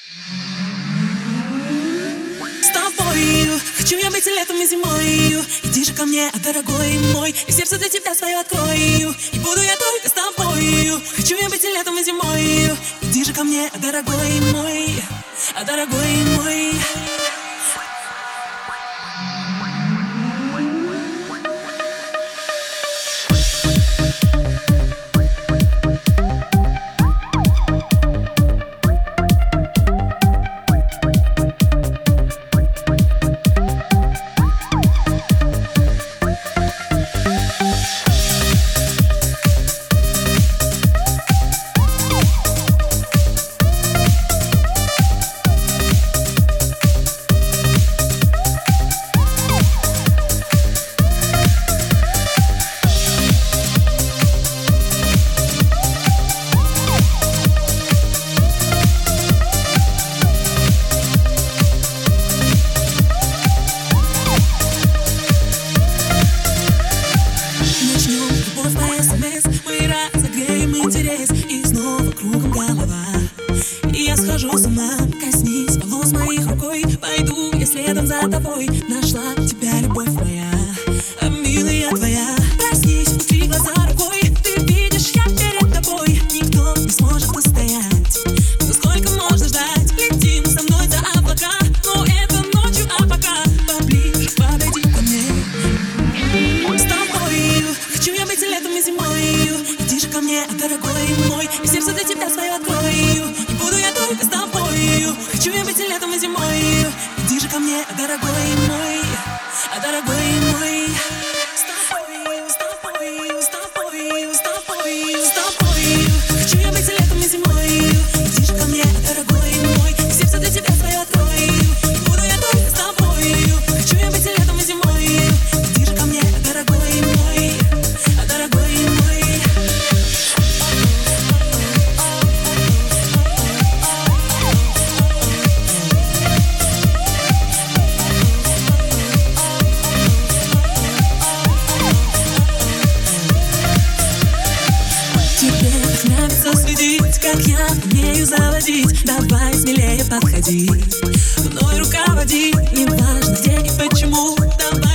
С тобою хочу я быть и летом, и зимой. Иди же ко мне, дорогой мой, и сердце для тебя свое открою. И буду я только с тобою. Хочу я быть и летом, и зимой. Иди же ко мне, дорогой мой, дорогой мой. Интерес, и снова кругом голова. И я схожу с ума, коснись волос моих рукой. Пойду я следом за тобой. Нашла тебя, любовь моя, милая твоя. Проснись, утри глаза рукой. Ты видишь, я перед тобой. Никто не сможет устоять. Но сколько можно ждать? Летим со мной за облака. Но это ночью, а пока поближе подойди ко мне. С тобою хочу я быть и летом, и зимой. Иди же ко мне, дорогой мой, и сердце для тебя свое открою. И буду я только с тобою. Хочу я быть и летом, и зимой. Иди же ко мне, дорогой мой, дорогой мой. С тобою, с тобою, с тобою, с тобою, с тобою. Хочу я быть и летом, и зимой. Иди же ко мне, дорогой мой, и сердце для тебя свое открою. И буду я только с тобою. Хочу я быть и летом, и зимой. Иди же ко мне, дорогой мой, дорогой мой. Тебе так нравится следить, как я умею заводить. Давай смелее подходи, мной руководи. Не важно где и почему, давай.